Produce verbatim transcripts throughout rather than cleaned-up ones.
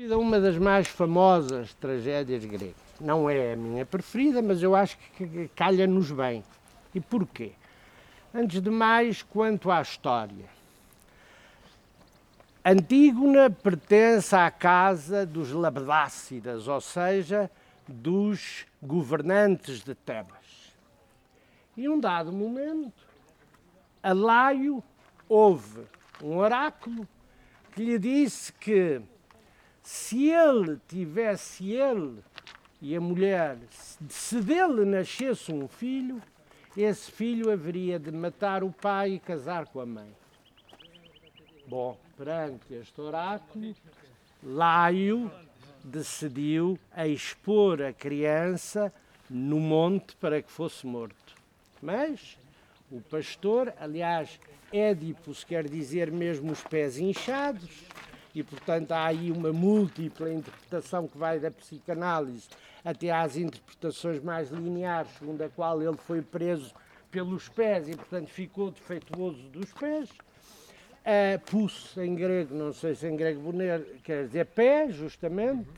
É uma das mais famosas tragédias gregas. Não é a minha preferida, mas eu acho que calha-nos bem. E porquê? Antes de mais, quanto à história. Antígona pertence à casa dos Labdácidas, ou seja, dos governantes de Tebas. E num dado momento, a Laio houve um oráculo que lhe disse que se ele tivesse ele e a mulher, se dele nascesse um filho, esse filho haveria de matar o pai e casar com a mãe. Bom, perante este oráculo, Laio decidiu expor a criança no monte para que fosse morto. Mas o pastor, aliás, Édipo se quer dizer mesmo os pés inchados, e portanto há aí uma múltipla interpretação que vai da psicanálise até às interpretações mais lineares, segundo a qual ele foi preso pelos pés e portanto ficou defeituoso dos pés. Uh, pus em grego, não sei se em grego boneiro, quer dizer pé, justamente,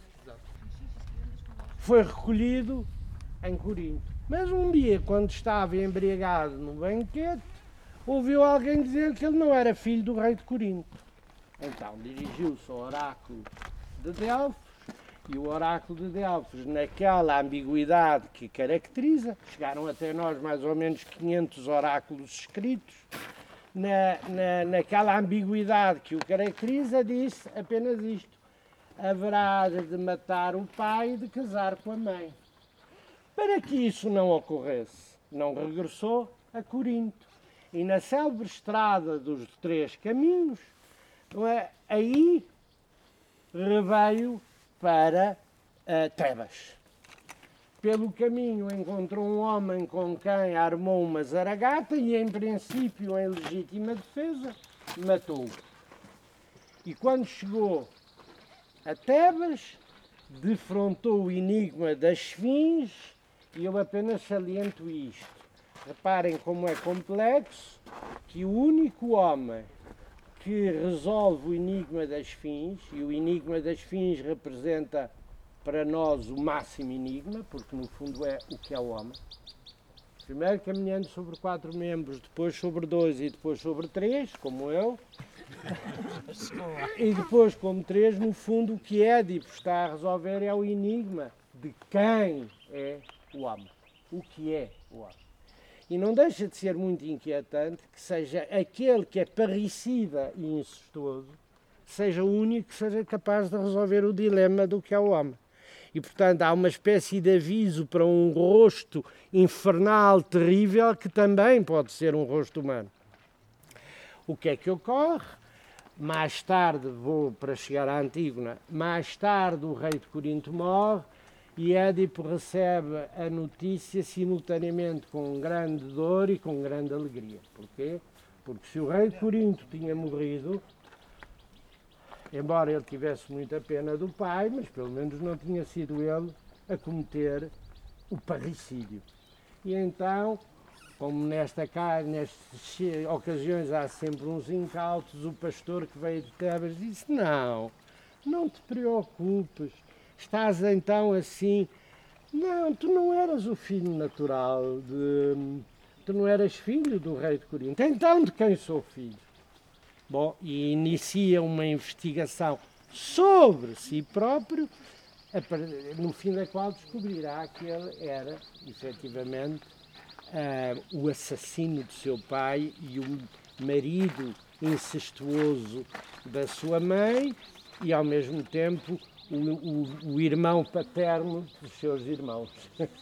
foi recolhido em Corinto. Mas um dia, quando estava embriagado no banquete, ouviu alguém dizer que ele não era filho do rei de Corinto. Então dirigiu-se ao oráculo de Delfos, e o oráculo de Delfos, naquela ambiguidade que caracteriza, chegaram até nós mais ou menos quinhentos oráculos escritos, na, na, naquela ambiguidade que o caracteriza, disse apenas isto: haverá de matar o pai e de casar com a mãe. Para que isso não ocorresse, não regressou a Corinto. E na célebre estrada dos três caminhos, aí reveio para uh, Tebas. Pelo caminho encontrou um homem com quem armou uma zaragata e, em princípio, em legítima defesa, matou-o. E quando chegou a Tebas, defrontou o enigma das esfinges, e eu apenas saliento isto. Reparem como é complexo que o único homem que resolve o enigma das esfinges, e o enigma das esfinges representa para nós o máximo enigma, porque no fundo é o que é o homem. Primeiro caminhando sobre quatro membros, depois sobre dois e depois sobre três, como eu. E depois, como três, no fundo o que Édipo está a resolver é o enigma de quem é o homem. O que é o homem. E não deixa de ser muito inquietante que seja aquele que é parricida e incestuoso, seja o único que seja capaz de resolver o dilema do que é o homem. E, portanto, há uma espécie de aviso para um rosto infernal, terrível, que também pode ser um rosto humano. O que é que ocorre? Mais tarde, vou para chegar à Antígona, mais tarde o rei de Corinto morre, e Édipo recebe a notícia simultaneamente com grande dor e com grande alegria. Porquê? Porque se o rei de Corinto tinha morrido, embora ele tivesse muita pena do pai, mas pelo menos não tinha sido ele a cometer o parricídio. E então, como nesta, nestas ocasiões há sempre uns incautos, o pastor que veio de Tebas disse: não, não te preocupes. Estás então assim, não, tu não eras o filho natural, de, tu não eras filho do rei de Corinto, então de quem sou filho? Bom, e inicia uma investigação sobre si próprio, no fim da qual descobrirá que ele era, efetivamente, uh, o assassino de seu pai e o marido incestuoso da sua mãe e, ao mesmo tempo, O, o, o irmão paterno dos seus irmãos.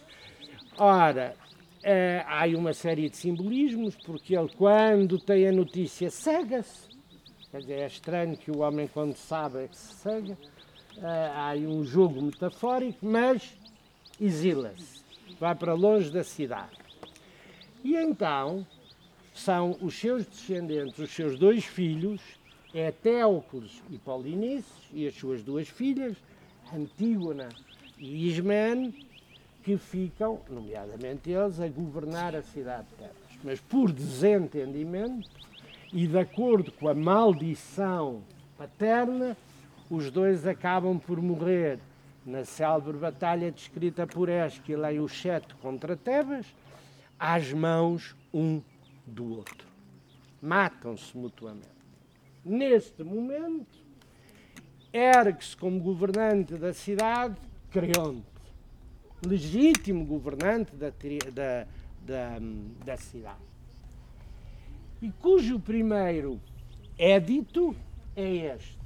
Ora, é, há aí uma série de simbolismos, porque ele, quando tem a notícia, cega-se. Quer dizer, é estranho que o homem, quando sabe, é que se cega. É, há aí um jogo metafórico, mas exila-se, vai para longe da cidade. E então, são os seus descendentes, os seus dois filhos, é Téocles e Polinices, e as suas duas filhas, Antígona e Ismene, que ficam, nomeadamente eles, a governar a cidade de Tebas. Mas por desentendimento e de acordo com a maldição paterna, os dois acabam por morrer na célebre batalha descrita por Ésquilo em Os Sete contra Tebas, às mãos um do outro. Matam-se mutuamente. Neste momento, ergue-se como governante da cidade Creonte, legítimo governante da, da, da, da cidade, e cujo primeiro édito é este: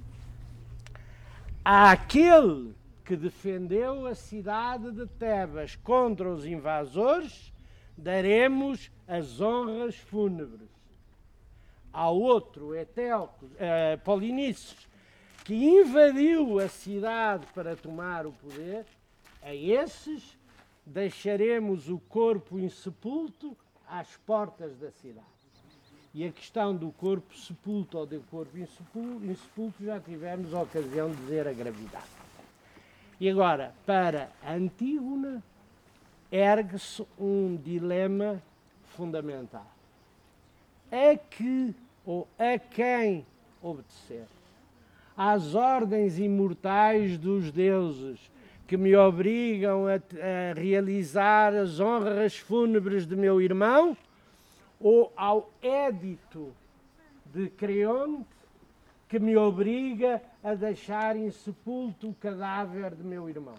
àquele que defendeu a cidade de Tebas contra os invasores, daremos as honras fúnebres. Ao outro, Etelco, uh, Polinices, que invadiu a cidade para tomar o poder, a esses deixaremos o corpo insepulto às portas da cidade. E a questão do corpo sepulto ou do corpo insepulto já tivemos a ocasião de dizer a gravidade. E agora, para Antígona, ergue-se um dilema fundamental. A que ou a quem obedecer? Às ordens imortais dos deuses que me obrigam a, a realizar as honras fúnebres de meu irmão, ou ao édito de Creonte que me obriga a deixar insepulto o cadáver de meu irmão?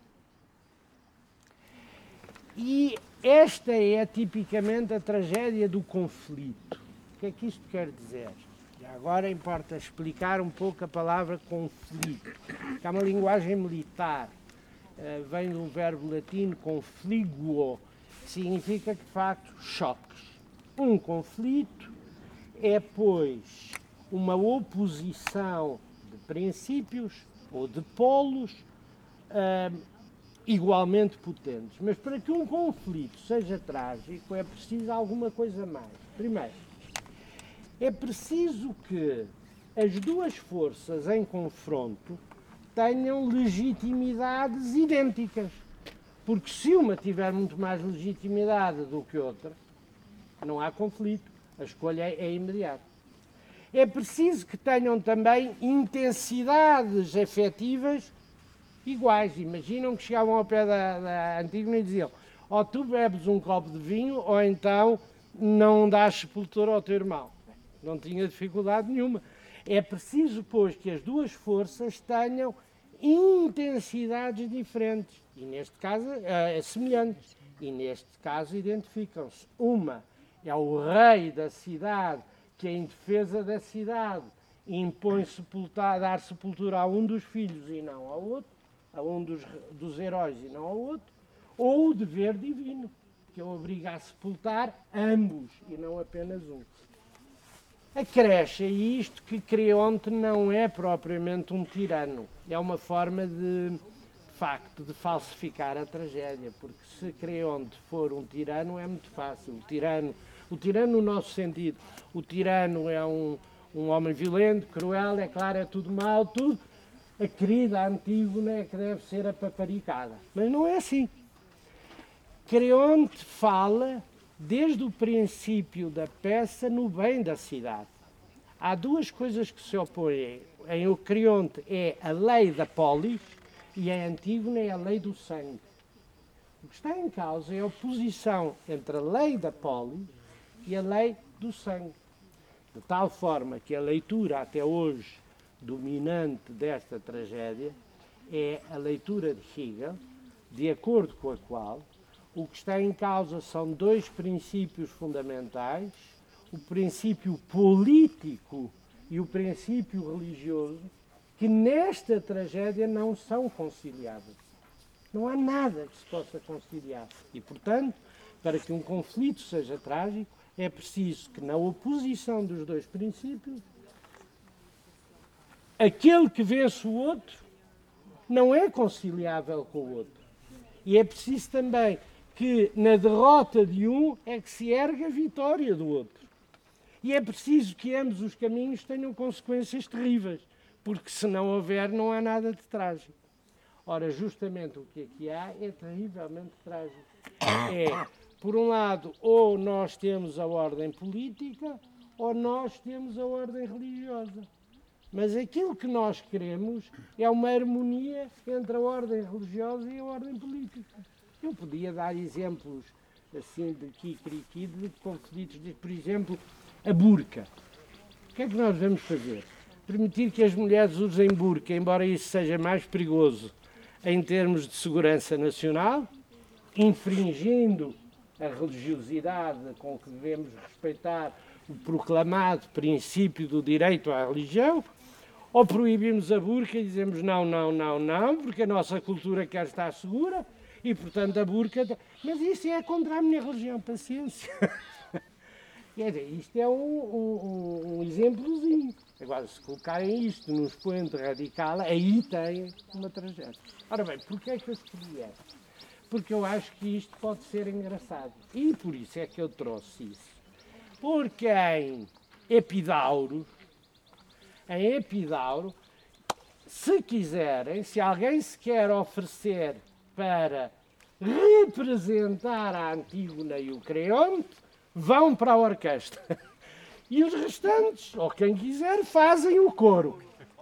E esta é tipicamente a tragédia do conflito. O que é que isto quer dizer? E agora importa explicar um pouco a palavra conflito, que é uma linguagem militar, uh, vem de um verbo latino confliguo, que significa, de facto, choques. Um conflito é, pois, uma oposição de princípios ou de polos uh, igualmente potentes. Mas para que um conflito seja trágico é preciso alguma coisa mais. Primeiro, é preciso que as duas forças em confronto tenham legitimidades idênticas. Porque se uma tiver muito mais legitimidade do que outra, não há conflito, a escolha é, é imediata. É preciso que tenham também intensidades afetivas iguais. Imaginam que chegavam ao pé da, da Antígona e diziam: ou tu bebes um copo de vinho, ou então não dás sepultura ao teu irmão. Não tinha dificuldade nenhuma. É preciso, pois, que as duas forças tenham intensidades diferentes. E neste caso, é, é semelhantes. E neste caso identificam-se. Uma é o rei da cidade, que em defesa da cidade impõe sepultar, dar sepultura a um dos filhos e não ao outro, a um dos, dos heróis e não ao outro, ou o dever divino, que o obriga a sepultar ambos e não apenas um. Acresce a isto que Creonte não é propriamente um tirano, é uma forma de, de facto, de falsificar a tragédia, porque se Creonte for um tirano é muito fácil. O tirano, o tirano no nosso sentido, o tirano é um, um homem violento, cruel, é claro, é tudo mau, tudo. A querida Antígona é que deve ser apaparicada. Mas não é assim. Creonte fala, desde o princípio da peça, no bem da cidade. Há duas coisas que se opõem. Em o Creonte é a lei da polis e em Antígona é a lei do sangue. O que está em causa é a oposição entre a lei da polis e a lei do sangue. De tal forma que a leitura até hoje dominante desta tragédia é a leitura de Hegel, de acordo com a qual o que está em causa são dois princípios fundamentais, o princípio político e o princípio religioso, que nesta tragédia não são conciliáveis. Não há nada que se possa conciliar. E, portanto, para que um conflito seja trágico, é preciso que, na oposição dos dois princípios, aquele que vence o outro não é conciliável com o outro. E é preciso também que na derrota de um é que se ergue a vitória do outro. E é preciso que ambos os caminhos tenham consequências terríveis, porque se não houver, não há nada de trágico. Ora, justamente o que aqui há é terrivelmente trágico. É, por um lado, ou nós temos a ordem política, ou nós temos a ordem religiosa. Mas aquilo que nós queremos é uma harmonia entre a ordem religiosa e a ordem política. Eu podia dar exemplos assim de Kikiriki, de conflitos, de, por exemplo, a burca. O que é que nós vamos fazer? Permitir que as mulheres usem burca, embora isso seja mais perigoso em termos de segurança nacional, infringindo a religiosidade com que devemos respeitar o proclamado princípio do direito à religião, ou proibimos a burca e dizemos não, não, não, não, porque a nossa cultura quer estar segura e, portanto, a burca... Mas isso é contra a minha religião, paciência. Quer dizer, isto é um, um, um exemplozinho. Agora, se colocarem isto num expoente radical, aí tem uma tragédia. Ora bem, porquê é que eu escolhi esta? Porque eu acho que isto pode ser engraçado. E por isso é que eu trouxe isso. Porque em Epidauro, em Epidauro, se quiserem, se alguém se quer oferecer para representar a Antígona e o Creonte, vão para a orquestra. E os restantes, ou quem quiser, fazem o coro.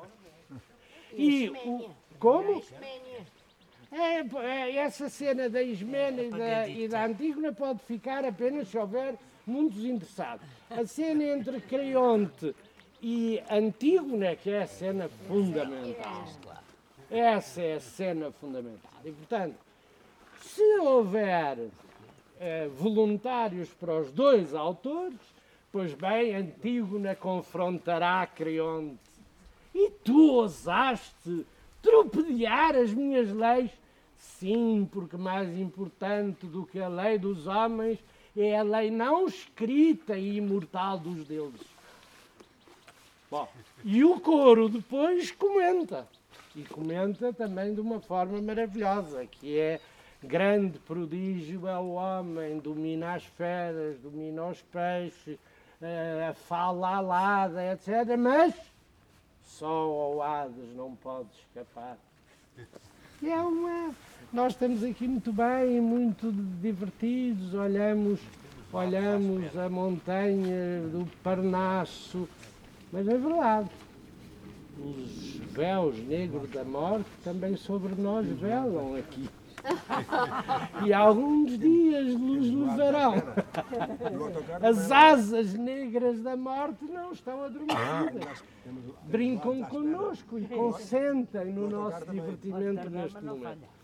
E o, como? É, é, essa cena da Ismena e da, e da Antígona pode ficar apenas se houver muitos interessados. A cena entre Creonte e Antígona, que é a cena fundamental. Essa é a cena fundamental. E, portanto, se houver eh, voluntários para os dois autores, pois bem, Antígona confrontará Creonte. E tu ousaste tropedear as minhas leis? Sim, porque mais importante do que a lei dos homens é a lei não escrita e imortal dos deuses. Bom, e o coro depois comenta. E comenta também de uma forma maravilhosa, que é grande prodígio é o homem, domina as feras, domina os peixes, a fala alada, etcétera. Mas só ao Hades não pode escapar. E é uma... Nós estamos aqui muito bem, muito divertidos, olhamos, olhamos a montanha do Parnasso, mas é verdade, os véus negros da morte também sobre nós velam aqui. E alguns dias nos levarão. As asas negras da morte não estão adormecidas. Brincam connosco e consentem no nosso divertimento neste momento.